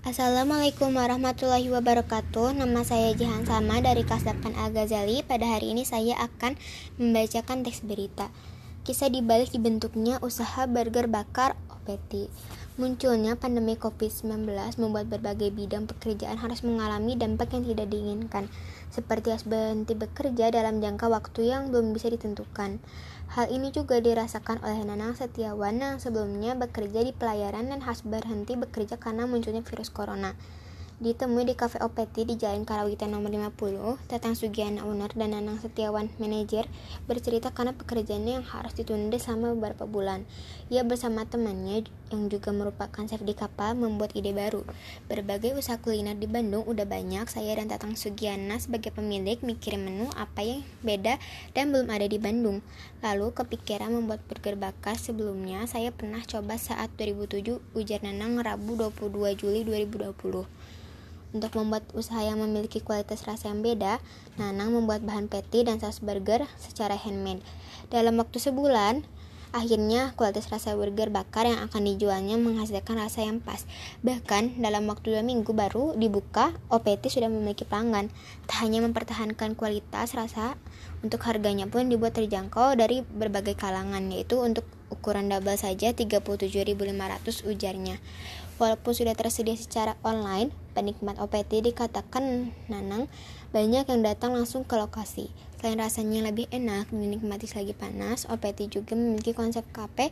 Assalamualaikum warahmatullahi wabarakatuh. Nama saya Jihan Sama dari kelas 8 Al-Ghazali. Pada hari ini saya akan membacakan teks berita. Kisah dibalik dibentuknya usaha burger bakar OPT. Munculnya pandemi COVID-19 membuat berbagai bidang pekerjaan harus mengalami dampak yang tidak diinginkan, seperti harus berhenti bekerja dalam jangka waktu yang belum bisa ditentukan. Hal ini juga dirasakan oleh Nanang Setiawan yang sebelumnya bekerja di pelayaran dan harus berhenti bekerja karena munculnya virus corona. Ditemui di Cafe OPT di Jalan Karawitan nomor 50, Tatang Sugiana owner dan Nanang Setiawan manajer bercerita karena pekerjaannya yang harus ditunda selama beberapa bulan. Ia bersama temannya yang juga merupakan chef di kapal membuat ide baru. Berbagai usaha kuliner di Bandung udah banyak, saya dan Tatang Sugiana sebagai pemilik mikirin menu apa yang beda dan belum ada di Bandung. Lalu kepikiran membuat burger bakar. Sebelumnya saya pernah coba saat 2007, ujar Nanang Rabu 22 Juli 2020. Untuk membuat usaha yang memiliki kualitas rasa yang beda, Nanang membuat bahan patty dan saus burger secara handmade. Dalam waktu sebulan, akhirnya kualitas rasa burger bakar yang akan dijualnya menghasilkan rasa yang pas. Bahkan dalam waktu 2 minggu baru dibuka, OPT sudah memiliki pelanggan. Tak hanya mempertahankan kualitas rasa, untuk harganya pun dibuat terjangkau dari berbagai kalangan, yaitu untuk ukuran double saja 37.500, ujarnya. Walaupun sudah tersedia secara online, penikmat OPT dikatakan Nanang banyak yang datang langsung ke lokasi. Selain rasanya yang lebih enak dinikmati selagi panas, OPT juga memiliki konsep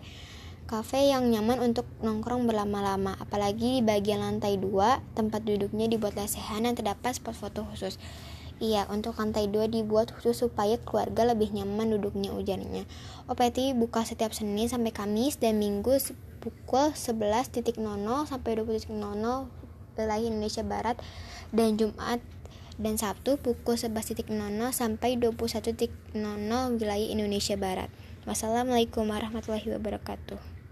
kafe yang nyaman untuk nongkrong berlama-lama. Apalagi di bagian lantai 2, tempat duduknya dibuat lesehan dan terdapat spot foto khusus. Iya, untuk lantai 2 dibuat khusus supaya keluarga lebih nyaman duduknya, ujarnya. OPT buka setiap Senin sampai Kamis dan Minggu pukul 11.00 sampai 20.00 wilayah Indonesia Barat, dan Jumat dan Sabtu pukul 11.00 sampai 21.00 wilayah Indonesia Barat. Wassalamualaikum warahmatullahi wabarakatuh.